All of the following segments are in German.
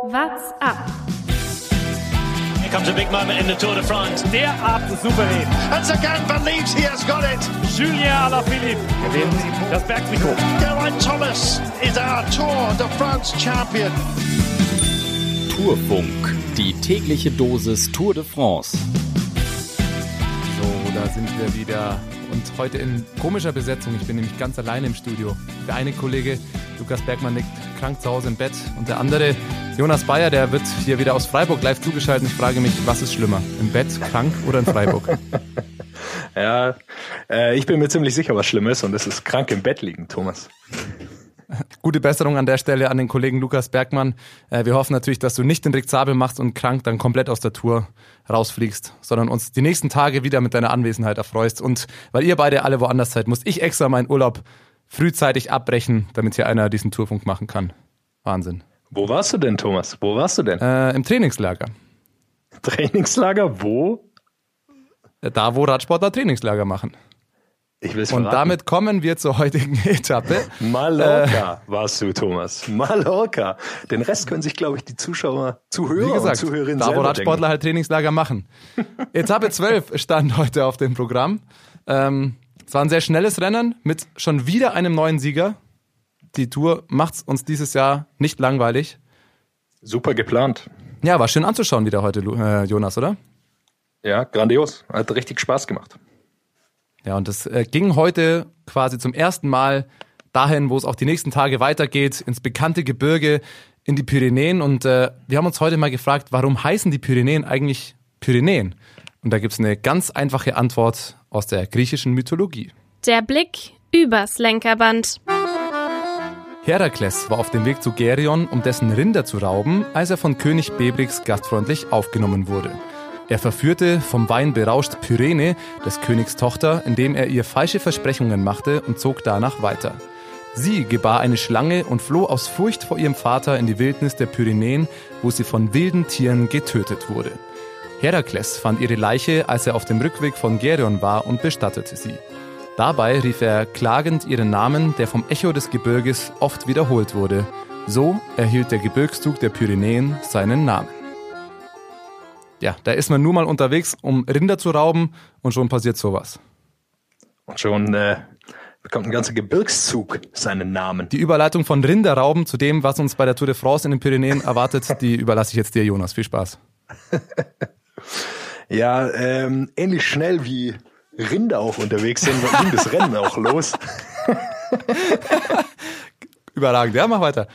What's up? Here comes a big moment in the Tour de France. Derart souverän. And Sagan believes he has got it. Julien Alaphilippe gewinnt das Bergtrikot. Geraint Thomas is our Tour de France champion. Tourfunk, die tägliche Dosis Tour de France. So, da sind wir wieder. Und heute in komischer Besetzung. Ich bin nämlich ganz alleine im Studio. Der eine Kollege, Lukas Bergmann, liegt krank zu Hause im Bett. Und der andere, Jonas Bayer, der wird hier wieder aus Freiburg live zugeschaltet. Ich frage mich, was ist schlimmer? Im Bett, krank oder in Freiburg? Ja, ich bin mir ziemlich sicher, was schlimm ist. Und das ist krank im Bett liegen, Thomas. Gute Besserung an der Stelle an den Kollegen Lukas Bergmann. Wir hoffen natürlich, dass du nicht den Rick Zabel machst und krank dann komplett aus der Tour rausfliegst, sondern uns die nächsten Tage wieder mit deiner Anwesenheit erfreust. Und weil ihr beide alle woanders seid, muss ich extra meinen Urlaub frühzeitig abbrechen, damit hier einer diesen Tourfunk machen kann. Wahnsinn. Wo warst du denn, Thomas? Wo warst du denn? Im Trainingslager. Trainingslager? Wo? Da, wo Radsportler Trainingslager machen. Ich will's Und verraten. damit kommen wir zur heutigen Etappe. Mallorca warst du, Thomas. Mallorca. Den Rest können sich, glaube ich, die Zuhörer Wie gesagt, und Zuhörerinnen da wo selber Radsportler denken. halt Trainingslager machen. Etappe 12 stand heute auf dem Programm. Es war ein sehr schnelles Rennen mit schon wieder einem neuen Sieger. Die Tour macht's uns dieses Jahr nicht langweilig. Super geplant. Ja, war schön anzuschauen wieder heute, Jonas, oder? Ja, grandios. Hat richtig Spaß gemacht. Ja, und es ging heute quasi zum ersten Mal dahin, wo es auch die nächsten Tage weitergeht, ins bekannte Gebirge, in die Pyrenäen. Und wir haben uns heute mal gefragt, warum heißen die Pyrenäen eigentlich Pyrenäen? Und da gibt's eine ganz einfache Antwort aus der griechischen Mythologie. Der Blick übers Lenkerband. Herakles war auf dem Weg zu Geryon, um dessen Rinder zu rauben, als er von König Bebrix gastfreundlich aufgenommen wurde. Er verführte, vom Wein berauscht, Pyrene, des Königs Tochter, indem er ihr falsche Versprechungen machte und zog danach weiter. Sie gebar eine Schlange und floh aus Furcht vor ihrem Vater in die Wildnis der Pyrenäen, wo sie von wilden Tieren getötet wurde. Herakles fand ihre Leiche, als er auf dem Rückweg von Geryon war, und bestattete sie. Dabei rief er klagend ihren Namen, der vom Echo des Gebirges oft wiederholt wurde. So erhielt der Gebirgszug der Pyrenäen seinen Namen. Ja, da ist man nur mal unterwegs, um Rinder zu rauben, und schon passiert sowas. Und schon bekommt ein ganzer Gebirgszug seinen Namen. Die Überleitung von Rinderrauben zu dem, was uns bei der Tour de France in den Pyrenäen erwartet, die überlasse ich jetzt dir, Jonas. Viel Spaß. Ja, ähnlich schnell wie Rinder auch unterwegs sind, ging das Rennen auch los. Überragend, ja, mach weiter.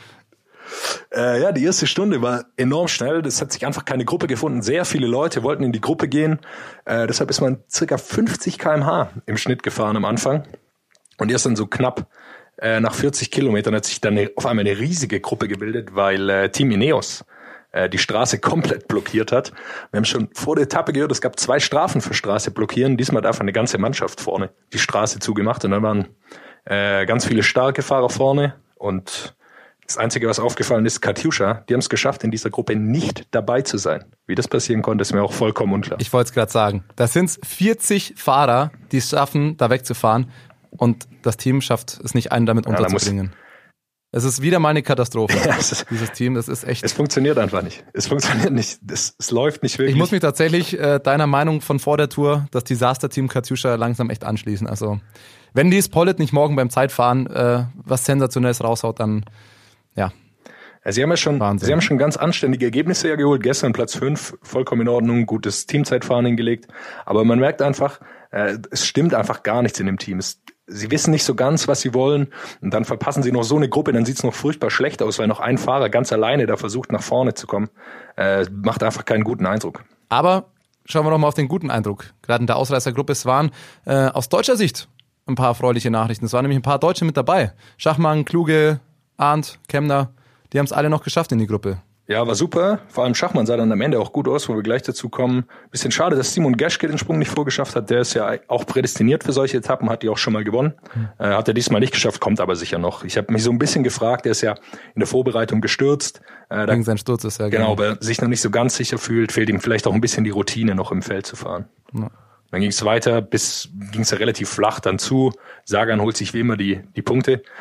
Ja, die erste Stunde war enorm schnell. Das hat sich einfach keine Gruppe gefunden. Sehr viele Leute wollten in die Gruppe gehen. Deshalb ist man circa 50 km/h im Schnitt gefahren am Anfang. Und erst dann so knapp nach 40 Kilometern hat sich dann auf einmal eine riesige Gruppe gebildet, weil Team Ineos die Straße komplett blockiert hat. Wir haben schon vor der Etappe gehört, es gab 2 Strafen für Straße blockieren. Diesmal hat einfach eine ganze Mannschaft vorne die Straße zugemacht. Und dann waren ganz viele starke Fahrer vorne. Und das Einzige, was aufgefallen ist, Katusha, die haben es geschafft, in dieser Gruppe nicht dabei zu sein. Wie das passieren konnte, ist mir auch vollkommen unklar. Ich wollte es gerade sagen. Das sind 40 Fahrer, die es schaffen, da wegzufahren. Und das Team schafft es nicht, einen damit unterzubringen. Es ist wieder mal eine Katastrophe, Ja, dieses Team. Das ist echt. Es funktioniert einfach nicht. Es funktioniert nicht. Es läuft nicht wirklich. Ich muss mich tatsächlich deiner Meinung von vor der Tour, das Disaster-Team Katusha, langsam echt anschließen. Also, wenn Nils Pollitt nicht morgen beim Zeitfahren was Sensationelles raushaut, dann ja. Sie haben ja schon, Wahnsinn. Sie haben schon ganz anständige Ergebnisse ja geholt. Gestern Platz 5, vollkommen in Ordnung, gutes Teamzeitfahren hingelegt. Aber man merkt einfach, es stimmt einfach gar nichts in dem Team. Sie wissen nicht so ganz, was sie wollen. Und dann verpassen sie noch so eine Gruppe, dann sieht's noch furchtbar schlecht aus, weil noch ein Fahrer ganz alleine da versucht, nach vorne zu kommen. Macht einfach keinen guten Eindruck. Aber schauen wir doch mal auf den guten Eindruck. Gerade in der Ausreißergruppe, es waren aus deutscher Sicht ein paar erfreuliche Nachrichten. Es waren nämlich ein paar Deutsche mit dabei. Schachmann, Kluge, Arndt, Kemner, die haben es alle noch geschafft in die Gruppe. Ja, war super. Vor allem Schachmann sah dann am Ende auch gut aus, wo wir gleich dazu kommen. Bisschen schade, dass Simon Geschke den Sprung nicht vorgeschafft hat. Der ist ja auch prädestiniert für solche Etappen, hat die auch schon mal gewonnen. Hat er diesmal nicht geschafft, kommt aber sicher noch. Ich habe mich so ein bisschen gefragt, der ist ja in der Vorbereitung gestürzt. Wegen seinem Sturz ist ja genau, aber sich noch nicht so ganz sicher fühlt, fehlt ihm vielleicht auch ein bisschen die Routine, noch im Feld zu fahren. Ja. Dann ging es weiter, ging es ja relativ flach dann zu. Sagan holt sich wie immer die Punkte.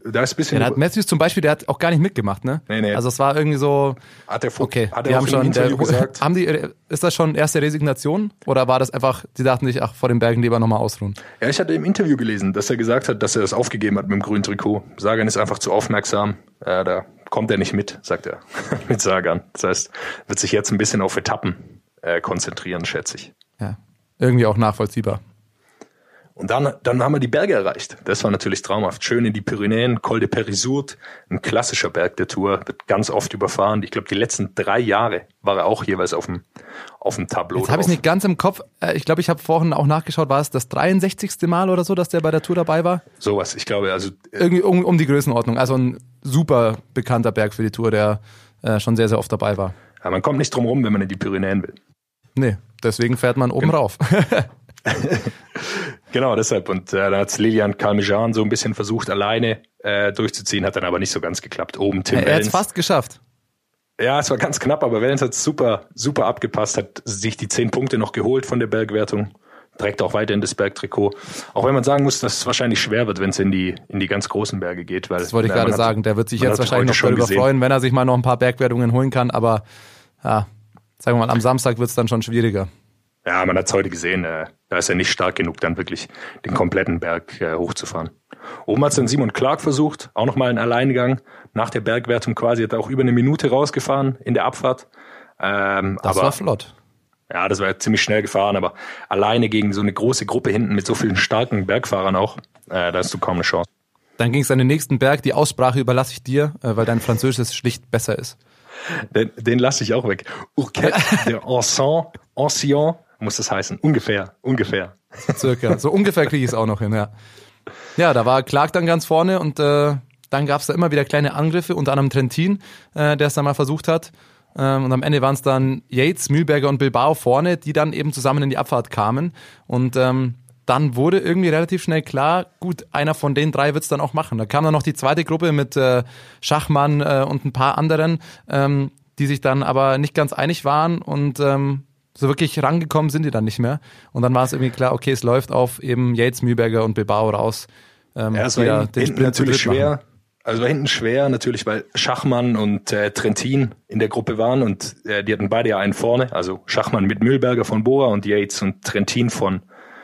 da ist ein bisschen. Ja, Matthews zum Beispiel, der hat auch gar nicht mitgemacht, ne? Nee. Also es war irgendwie so. Hat er auch schon gesagt. Ist das schon erste Resignation? Oder war das einfach, die dachten sich, vor den Bergen lieber nochmal ausruhen? Ja, ich hatte im Interview gelesen, dass er gesagt hat, dass er das aufgegeben hat mit dem grünen Trikot. Sagan ist einfach zu aufmerksam. Da kommt er nicht mit, sagt er, mit Sagan. Das heißt, wird sich jetzt ein bisschen auf Etappen konzentrieren, schätze ich. Ja, irgendwie auch nachvollziehbar. Und dann haben wir die Berge erreicht. Das war natürlich traumhaft. Schön in die Pyrenäen, Col de Peyresourde, ein klassischer Berg der Tour, wird ganz oft überfahren. Ich glaube, die letzten 3 Jahre war er auch jeweils auf dem Tableau. Jetzt habe ich es nicht ganz im Kopf. Ich glaube, ich habe vorhin auch nachgeschaut, war es das 63. Mal oder so, dass der bei der Tour dabei war? Sowas, ich glaube. Also irgendwie um die Größenordnung. Also ein super bekannter Berg für die Tour, der schon sehr, sehr oft dabei war. Ja, man kommt nicht drum rum, wenn man in die Pyrenäen will. Nee, deswegen fährt man oben rauf. Genau, deshalb. Und dann hat Lilian Calmejean so ein bisschen versucht, alleine durchzuziehen, hat dann aber nicht so ganz geklappt. Oben Tim Wellens. Er hat es fast geschafft. Ja, es war ganz knapp, aber Wellens hat super, super abgepasst, hat sich die 10 Punkte noch geholt von der Bergwertung, trägt auch weiterhin das Bergtrikot. Auch wenn man sagen muss, dass es wahrscheinlich schwer wird, wenn es in die ganz großen Berge geht. Weil, das wollte ich gerade sagen. Der wird sich jetzt wahrscheinlich noch darüber freuen, wenn er sich mal noch ein paar Bergwertungen holen kann. Aber ja, sagen wir mal, am Samstag wird es dann schon schwieriger. Ja, man hat es heute gesehen, da ist er nicht stark genug, dann wirklich den kompletten Berg hochzufahren. Oben hat es dann Simon Clark versucht, auch nochmal einen Alleingang nach der Bergwertung quasi, hat er auch über 1 Minute rausgefahren in der Abfahrt. Das war flott. Ja, das war ziemlich schnell gefahren, aber alleine gegen so eine große Gruppe hinten mit so vielen starken Bergfahrern auch, da hast du kaum eine Chance. Dann ging es an den nächsten Berg, die Aussprache überlasse ich dir, weil dein Französisch schlicht besser ist. Den lasse ich auch weg. Urquette de Ancien muss das heißen. Ungefähr. Circa. So ungefähr kriege ich es auch noch hin, ja. Ja, da war Clark dann ganz vorne und dann gab es da immer wieder kleine Angriffe, unter anderem Trentin, der es dann mal versucht hat. Und am Ende waren es dann Yates, Mühlberger und Bilbao vorne, die dann eben zusammen in die Abfahrt kamen. Und dann wurde irgendwie relativ schnell klar, gut, einer von den 3 wird's dann auch machen. Da kam dann noch die zweite Gruppe mit Schachmann und ein paar anderen, die sich dann aber nicht ganz einig waren und so wirklich rangekommen sind die dann nicht mehr. Und dann war es irgendwie klar, okay, es läuft auf eben Yates, Mühlberger und Bilbao raus. Es war hinten natürlich schwer. Also war hinten schwer natürlich, weil Schachmann und Trentin in der Gruppe waren und die hatten beide ja einen vorne. Also Schachmann mit Mühlberger von Bora und Yates und Trentin von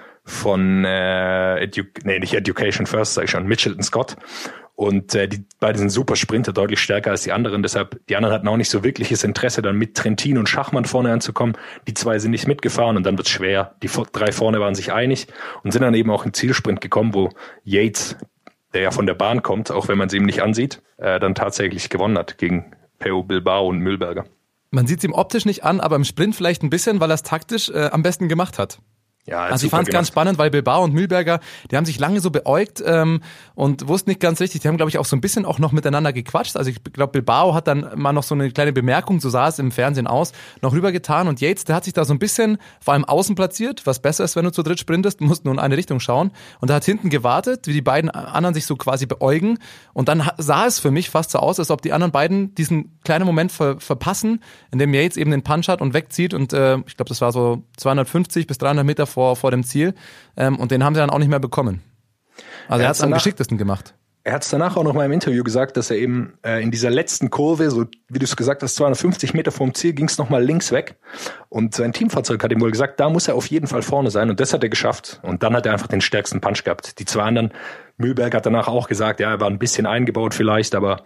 nicht Education First, sag ich schon, Mitchelton Scott. Und die beiden sind super Sprinter, deutlich stärker als die anderen. Deshalb, die anderen hatten auch nicht so wirkliches Interesse, dann mit Trentin und Schachmann vorne anzukommen. Die 2 sind nicht mitgefahren und dann wird's schwer. Die 3 vorne waren sich einig und sind dann eben auch in Zielsprint gekommen, wo Yates, der ja von der Bahn kommt, auch wenn man es ihm nicht ansieht, dann tatsächlich gewonnen hat gegen Pello Bilbao und Mühlberger. Man sieht es ihm optisch nicht an, aber im Sprint vielleicht ein bisschen, weil er es taktisch am besten gemacht hat. Ja, also ich fand es ganz spannend, weil Bilbao und Mühlberger, die haben sich lange so beäugt und wussten nicht ganz richtig. Die haben, glaube ich, auch so ein bisschen auch noch miteinander gequatscht. Also ich glaube, Bilbao hat dann mal noch so eine kleine Bemerkung, so sah es im Fernsehen aus, noch rübergetan. Und Yates, der hat sich da so ein bisschen vor allem außen platziert, was besser ist, wenn du zu dritt sprintest, du musst nur in eine Richtung schauen. Und er hat hinten gewartet, wie die beiden anderen sich so quasi beäugen. Und dann sah es für mich fast so aus, als ob die anderen beiden diesen kleinen Moment verpassen, in dem Yates eben den Punch hat und wegzieht. Und ich glaube, das war so 250 bis 300 Meter vor dem Ziel. Und den haben sie dann auch nicht mehr bekommen. Also er hat es am geschicktesten gemacht. Er hat es danach auch noch mal im Interview gesagt, dass er eben in dieser letzten Kurve, so wie du es gesagt hast, 250 Meter vom Ziel, ging es noch mal links weg. Und sein Teamfahrzeug hat ihm wohl gesagt, da muss er auf jeden Fall vorne sein. Und das hat er geschafft. Und dann hat er einfach den stärksten Punch gehabt. Die 2 anderen, Mühlberg hat danach auch gesagt, ja, er war ein bisschen eingebaut vielleicht, aber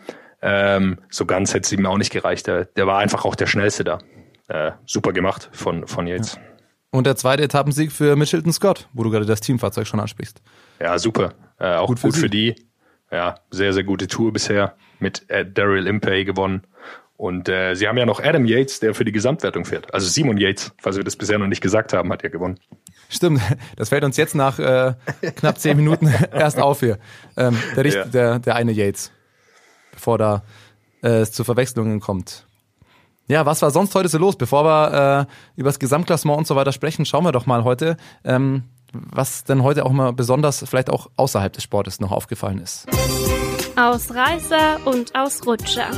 so ganz hätte es ihm auch nicht gereicht. Der war einfach auch der Schnellste da. Super gemacht von Yates. Ja. Und der zweite Etappensieg für Mitchelton Scott, wo du gerade das Teamfahrzeug schon ansprichst. Ja, super. Auch gut für die. Ja, sehr, sehr gute Tour bisher. Mit Daryl Impey gewonnen. Und sie haben ja noch Adam Yates, der für die Gesamtwertung fährt. Also Simon Yates, falls wir das bisher noch nicht gesagt haben, hat ja gewonnen. Stimmt, das fällt uns jetzt nach knapp 10 Minuten erst auf hier. Der eine Yates, bevor da es zu Verwechslungen kommt. Ja, was war sonst heute so los? Bevor wir über das Gesamtklassement und so weiter sprechen, schauen wir doch mal heute, was denn heute auch mal besonders vielleicht auch außerhalb des Sportes noch aufgefallen ist. Ausreißer und Ausrutscher.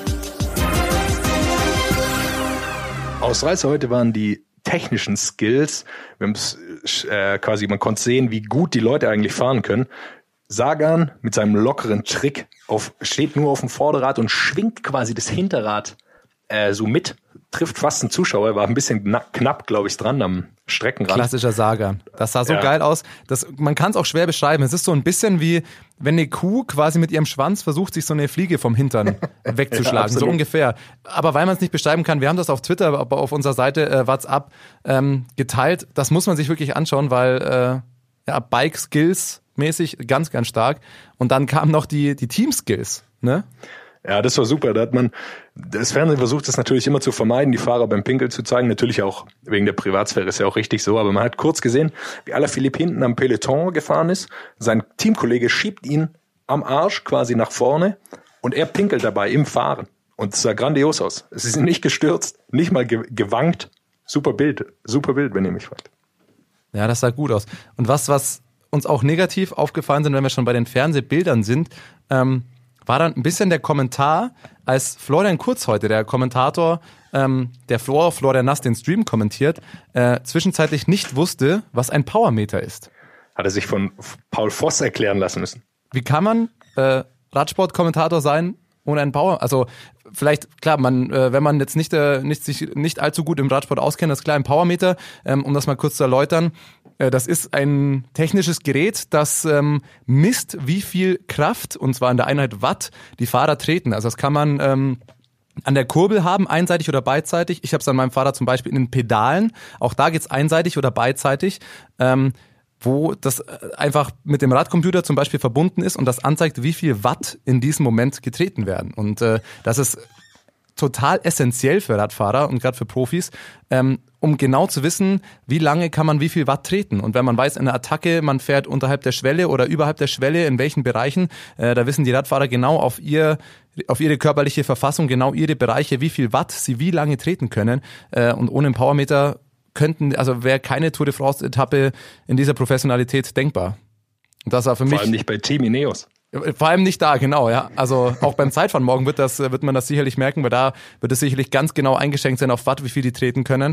Ausreißer heute waren die technischen Skills. Wir haben es quasi, man konnte sehen, wie gut die Leute eigentlich fahren können. Sagan mit seinem lockeren Trick steht nur auf dem Vorderrad und schwingt quasi das Hinterrad so mit, trifft fast einen Zuschauer, war ein bisschen knapp, glaube ich, dran am Streckenrand. Klassischer Sagan. Das sah so geil aus. Man kann es auch schwer beschreiben. Es ist so ein bisschen wie, wenn eine Kuh quasi mit ihrem Schwanz versucht, sich so eine Fliege vom Hintern wegzuschlagen. So ungefähr. Aber weil man es nicht beschreiben kann, wir haben das auf Twitter, aber auf unserer Seite WhatsApp geteilt. Das muss man sich wirklich anschauen, weil Bike-Skills mäßig ganz, ganz stark. Und dann kamen noch die Team-Skills, ne? Ja, das war super. Das Fernsehen versucht es natürlich immer zu vermeiden, die Fahrer beim Pinkeln zu zeigen. Natürlich auch wegen der Privatsphäre, ist ja auch richtig so. Aber man hat kurz gesehen, wie Alaphilippe hinten am Peloton gefahren ist. Sein Teamkollege schiebt ihn am Arsch quasi nach vorne und er pinkelt dabei im Fahren. Und es sah grandios aus. Es ist nicht gestürzt, nicht mal gewankt. Super Bild, wenn ihr mich fragt. Ja, das sah gut aus. Und was uns auch negativ aufgefallen sind, wenn wir schon bei den Fernsehbildern sind, war dann ein bisschen der Kommentar, als Florian Kurz heute, der Kommentator, der Florian Nass den Stream kommentiert, zwischenzeitlich nicht wusste, was ein Powermeter ist. Hat er sich von Paul Voss erklären lassen müssen. Wie kann man Radsportkommentator sein ohne einen Power? Also vielleicht, klar, wenn man jetzt sich nicht allzu gut im Radsport auskennt, das ist klar, ein Powermeter, um das mal kurz zu erläutern, das ist ein technisches Gerät, das misst, wie viel Kraft, und zwar in der Einheit Watt, die Fahrer treten. Also das kann man an der Kurbel haben, einseitig oder beidseitig. Ich habe es an meinem Fahrrad zum Beispiel in den Pedalen. Auch da geht's einseitig oder beidseitig, wo das einfach mit dem Radcomputer zum Beispiel verbunden ist und das anzeigt, wie viel Watt in diesem Moment getreten werden. Und das ist total essentiell für Radfahrer und gerade für Profis, um genau zu wissen, wie lange kann man wie viel Watt treten. Und wenn man weiß, in der Attacke, man fährt unterhalb der Schwelle oder überhalb der Schwelle, in welchen Bereichen, da wissen die Radfahrer genau auf ihre körperliche Verfassung, genau ihre Bereiche, wie viel Watt sie wie lange treten können. Und ohne einen Powermeter wäre keine Tour de France-Etappe in dieser Professionalität denkbar. Und das war für mich. Vor allem nicht bei Team Ineos. Vor allem nicht da, genau, ja. Also auch beim Zeitfahren morgen wird man das sicherlich merken, weil da wird es sicherlich ganz genau eingeschränkt sein auf Watt, wie viel die treten können,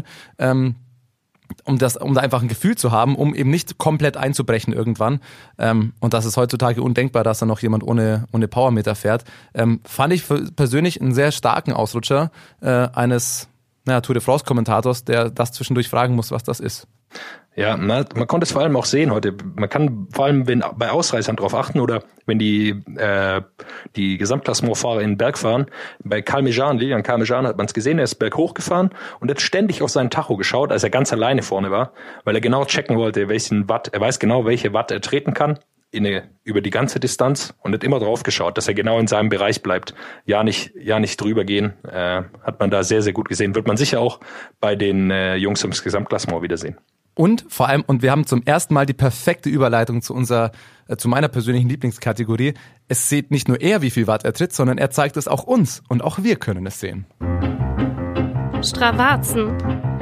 um da einfach ein Gefühl zu haben, um eben nicht komplett einzubrechen irgendwann. Und das ist heutzutage undenkbar, dass da noch jemand ohne Powermeter fährt. Fand ich persönlich einen sehr starken Ausrutscher eines Tour de France-Kommentators, der das zwischendurch fragen muss, was das ist. Ja, man konnte es vor allem auch sehen heute. Man kann vor allem bei Ausreißern drauf achten oder wenn die Gesamtklassementfahrer in den Berg fahren. Bei Lilian Calmejean hat man es gesehen, er ist berghoch gefahren und hat ständig auf seinen Tacho geschaut, als er ganz alleine vorne war, weil er genau checken wollte, welchen Watt, er weiß genau, welche Watt er treten kann über die ganze Distanz und hat immer drauf geschaut, dass er genau in seinem Bereich bleibt. Ja, nicht drüber gehen. Hat man da sehr, sehr gut gesehen. Wird man sicher auch bei den Jungs ums Gesamtklassement wiedersehen. Und vor allem, und wir haben zum ersten Mal die perfekte Überleitung zu meiner persönlichen Lieblingskategorie. Es sieht nicht nur er, wie viel Watt er tritt, sondern er zeigt es auch uns. Und auch wir können es sehen. Stravazen.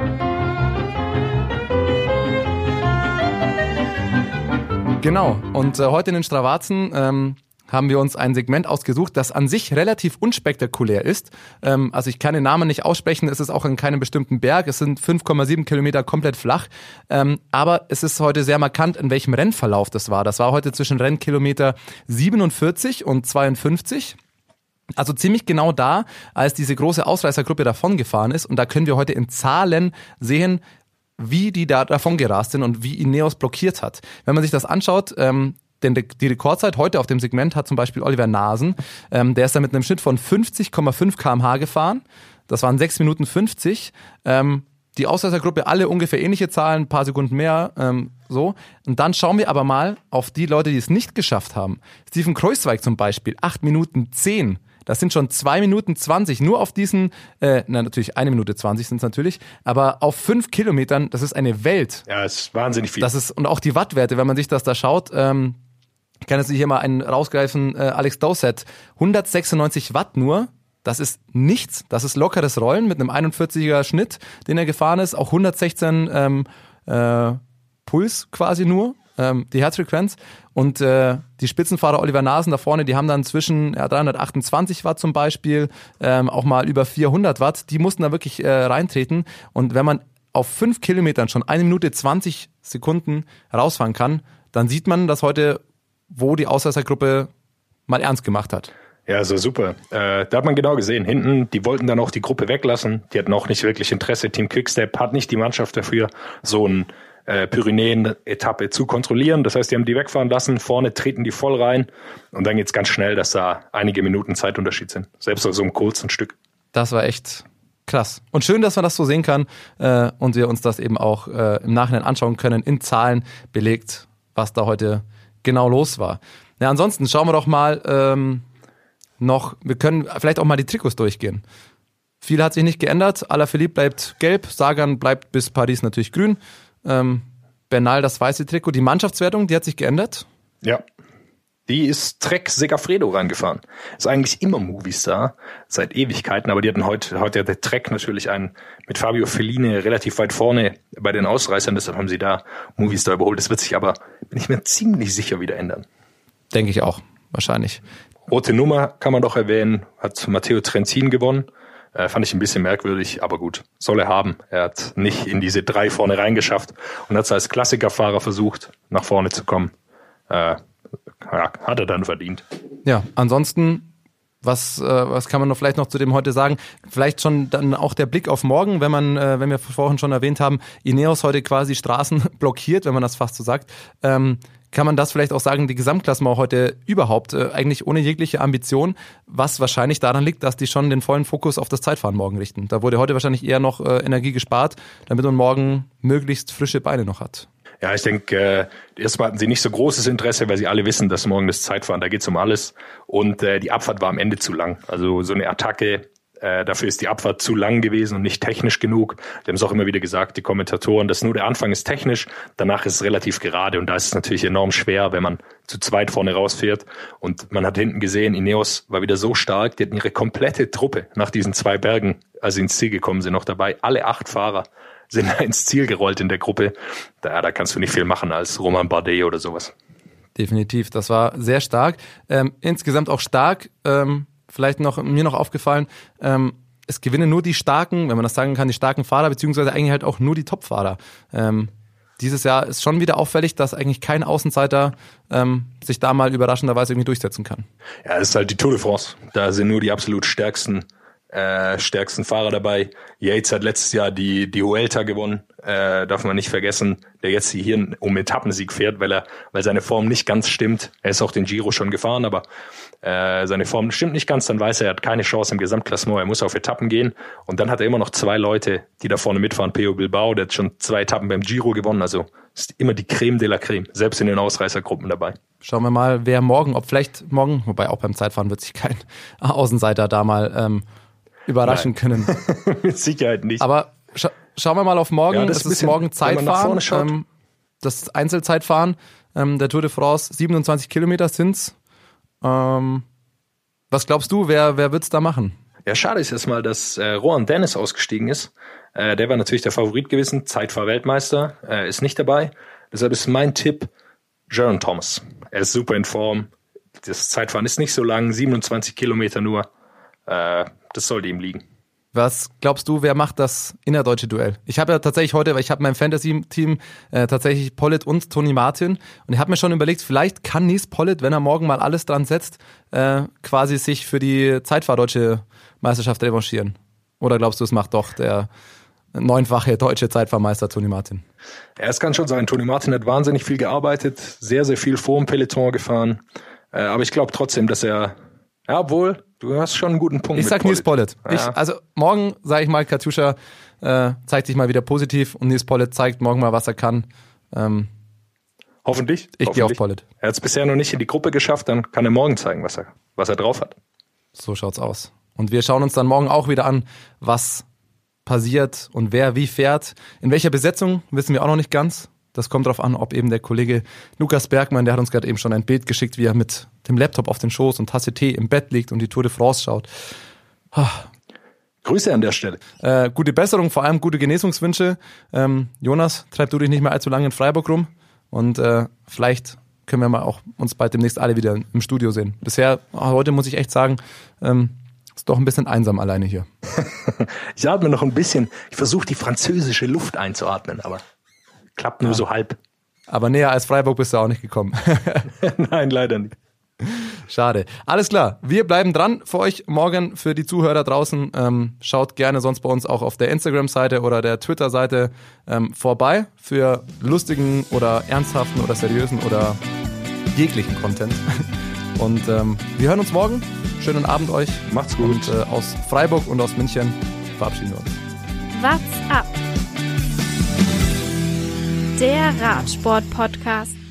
Genau. Und heute in den Stravazen haben wir uns ein Segment ausgesucht, das an sich relativ unspektakulär ist. Also ich kann den Namen nicht aussprechen, es ist auch in keinem bestimmten Berg, es sind 5,7 Kilometer komplett flach, aber es ist heute sehr markant, in welchem Rennverlauf das war. Das war heute zwischen Rennkilometer 47 und 52. Also ziemlich genau da, als diese große Ausreißergruppe davongefahren ist, und da können wir heute in Zahlen sehen, wie die da davon gerast sind und wie Ineos blockiert hat. Wenn man sich das anschaut, denn die Rekordzeit heute auf dem Segment hat zum Beispiel Oliver Nasen. Der ist da mit einem Schnitt von 50,5 km/h gefahren. Das waren 6 Minuten 50. Die Ausreißergruppe alle ungefähr ähnliche Zahlen, ein paar Sekunden mehr. So. Und dann schauen wir aber mal auf die Leute, die es nicht geschafft haben. Steven Kruijswijk zum Beispiel, 8 Minuten 10. Das sind schon 2 Minuten 20. Nur auf diesen, natürlich 1 Minute 20 sind es natürlich, aber auf 5 Kilometern, das ist eine Welt. Ja, das ist wahnsinnig viel. Und auch die Wattwerte, wenn man sich das da schaut, ich kann jetzt hier mal einen rausgreifen, Alex Dowsett, 196 Watt nur, das ist nichts, das ist lockeres Rollen mit einem 41er Schnitt, den er gefahren ist, auch 116 Puls quasi nur, die Herzfrequenz, und die Spitzenfahrer Oliver Nasen da vorne, die haben dann zwischen 328 Watt zum Beispiel, auch mal über 400 Watt, die mussten da wirklich reintreten, und wenn man auf 5 Kilometern schon 1 Minute 20 Sekunden rausfahren kann, dann sieht man, dass heute wo die Ausreißergruppe mal ernst gemacht hat. Ja, so super. Da hat man genau gesehen, hinten, die wollten dann auch die Gruppe weglassen. Die hatten auch nicht wirklich Interesse. Team Quickstep hat nicht die Mannschaft dafür, so ein Pyrenäen-Etappe zu kontrollieren. Das heißt, die haben die wegfahren lassen, vorne treten die voll rein und dann geht's ganz schnell, dass da einige Minuten Zeitunterschied sind. Selbst auf so einem kurzen Stück. Das war echt krass. Und schön, dass man das so sehen kann und wir uns das eben auch im Nachhinein anschauen können, in Zahlen belegt, was da heute genau los war. Ja, ansonsten schauen wir doch mal wir können vielleicht auch mal die Trikots durchgehen. Viel hat sich nicht geändert. Alaphilippe bleibt gelb, Sagan bleibt bis Paris natürlich grün. Bernal das weiße Trikot. Die Mannschaftswertung, die hat sich geändert. Ja, die ist Trek Segafredo reingefahren. Ist eigentlich immer Movistar, seit Ewigkeiten, aber die hatten heute der Trek natürlich einen mit Fabio Fellini relativ weit vorne bei den Ausreißern, deshalb haben sie da Movistar überholt. Das wird sich aber, bin ich mir ziemlich sicher, wieder ändern. Denke ich auch, wahrscheinlich. Rote Nummer kann man doch erwähnen, hat Matteo Trentin gewonnen. Fand ich ein bisschen merkwürdig, aber gut, soll er haben. Er hat nicht in diese 3 vorne reingeschafft und hat es als Klassikerfahrer versucht, nach vorne zu kommen. Hat er dann verdient. Ja, ansonsten, was kann man vielleicht noch zu dem heute sagen? Vielleicht schon dann auch der Blick auf morgen, wenn wir vorhin schon erwähnt haben, Ineos heute quasi Straßen blockiert, wenn man das fast so sagt. Kann man das vielleicht auch sagen, die Gesamtklassement heute überhaupt eigentlich ohne jegliche Ambition, was wahrscheinlich daran liegt, dass die schon den vollen Fokus auf das Zeitfahren morgen richten. Da wurde heute wahrscheinlich eher noch Energie gespart, damit man morgen möglichst frische Beine noch hat. Ja, ich denke, erstmal hatten sie nicht so großes Interesse, weil sie alle wissen, dass morgen das Zeitfahren, da geht's um alles. Und die Abfahrt war am Ende zu lang. Also so eine Attacke, dafür ist die Abfahrt zu lang gewesen und nicht technisch genug. Die haben es auch immer wieder gesagt, die Kommentatoren, dass nur der Anfang ist technisch, danach ist es relativ gerade. Und da ist es natürlich enorm schwer, wenn man zu zweit vorne rausfährt. Und man hat hinten gesehen, Ineos war wieder so stark, die hatten ihre komplette Truppe nach diesen 2 Bergen, als sie ins Ziel gekommen sind, noch dabei. Alle 8 Fahrer sind da ins Ziel gerollt in der Gruppe. Da kannst du nicht viel machen als Romain Bardet oder sowas. Definitiv, das war sehr stark. Insgesamt auch stark, vielleicht mir noch aufgefallen, es gewinnen nur die starken, wenn man das sagen kann, die starken Fahrer, beziehungsweise eigentlich halt auch nur die Top-Fahrer. Dieses Jahr ist schon wieder auffällig, dass eigentlich kein Außenseiter sich da mal überraschenderweise irgendwie durchsetzen kann. Ja, es ist halt die Tour de France. Da sind nur die absolut stärksten Fahrer dabei. Yates hat letztes Jahr die Vuelta gewonnen, darf man nicht vergessen, der jetzt hier um Etappensieg fährt, weil seine Form nicht ganz stimmt. Er ist auch den Giro schon gefahren, aber seine Form stimmt nicht ganz, dann weiß er hat keine Chance im Gesamtklassement, er muss auf Etappen gehen und dann hat er immer noch 2 Leute, die da vorne mitfahren. Peo Bilbao, der hat schon 2 Etappen beim Giro gewonnen, also ist immer die Creme de la Creme, selbst in den Ausreißergruppen dabei. Schauen wir mal, wer morgen, wobei auch beim Zeitfahren wird sich kein Außenseiter da mal überraschen können. Mit Sicherheit nicht. Aber schauen wir mal auf morgen. Ja, es ist morgen Zeitfahren. Das Einzelzeitfahren der Tour de France. 27 Kilometer sind's. Was glaubst du, wer wird's da machen? Ja, schade ist erstmal, dass Rohan Dennis ausgestiegen ist. Der war natürlich der Favorit gewesen. Zeitfahr-Weltmeister. Ist nicht dabei. Deshalb ist mein Tipp Geraint Thomas. Er ist super in Form. Das Zeitfahren ist nicht so lang. 27 Kilometer nur. Das sollte ihm liegen. Was glaubst du, wer macht das innerdeutsche Duell? Ich habe ja tatsächlich heute, weil ich habe in meinem Fantasy-Team tatsächlich Pollitt und Tony Martin und ich habe mir schon überlegt, vielleicht kann Nils Pollitt, wenn er morgen mal alles dran setzt, quasi sich für die Zeitfahrdeutsche Meisterschaft revanchieren. Oder glaubst du, es macht doch der 9-fache deutsche Zeitfahrmeister Tony Martin? Ja, es kann schon sein. Tony Martin hat wahnsinnig viel gearbeitet, sehr, sehr viel vor dem Peloton gefahren. Aber ich glaube trotzdem, dass er, ja, obwohl, du hast schon einen guten Punkt. Ich sag Nils Pollitt. Ja. Also morgen, sage ich mal, Katjuscha zeigt sich mal wieder positiv und Nils Pollitt zeigt morgen mal, was er kann. Hoffentlich. Ich gehe auf Pollitt. Er hat es bisher noch nicht in die Gruppe geschafft, dann kann er morgen zeigen, was er drauf hat. So schaut's aus. Und wir schauen uns dann morgen auch wieder an, was passiert und wer wie fährt. In welcher Besetzung, wissen wir auch noch nicht ganz. Das kommt darauf an, ob eben der Kollege Lukas Bergmann, der hat uns gerade eben schon ein Bild geschickt, wie er mit dem Laptop auf den Schoß und Tasse Tee im Bett liegt und die Tour de France schaut. Grüße an der Stelle. Gute Besserung, vor allem gute Genesungswünsche. Jonas, treib du dich nicht mehr allzu lange in Freiburg rum und vielleicht können wir mal auch uns bald demnächst alle wieder im Studio sehen. Bisher, heute muss ich echt sagen, ist doch ein bisschen einsam alleine hier. Ich atme noch ein bisschen. Ich versuche die französische Luft einzuatmen, aber klappt nur so halb. Aber näher als Freiburg bist du auch nicht gekommen. Nein, leider nicht. Schade. Alles klar, wir bleiben dran für euch morgen, für die Zuhörer draußen. Schaut gerne sonst bei uns auch auf der Instagram-Seite oder der Twitter-Seite vorbei für lustigen oder ernsthaften oder seriösen oder jeglichen Content. Und wir hören uns morgen. Schönen Abend euch. Macht's gut. Und aus Freiburg und aus München verabschieden wir uns. What's up? Der Radsport-Podcast.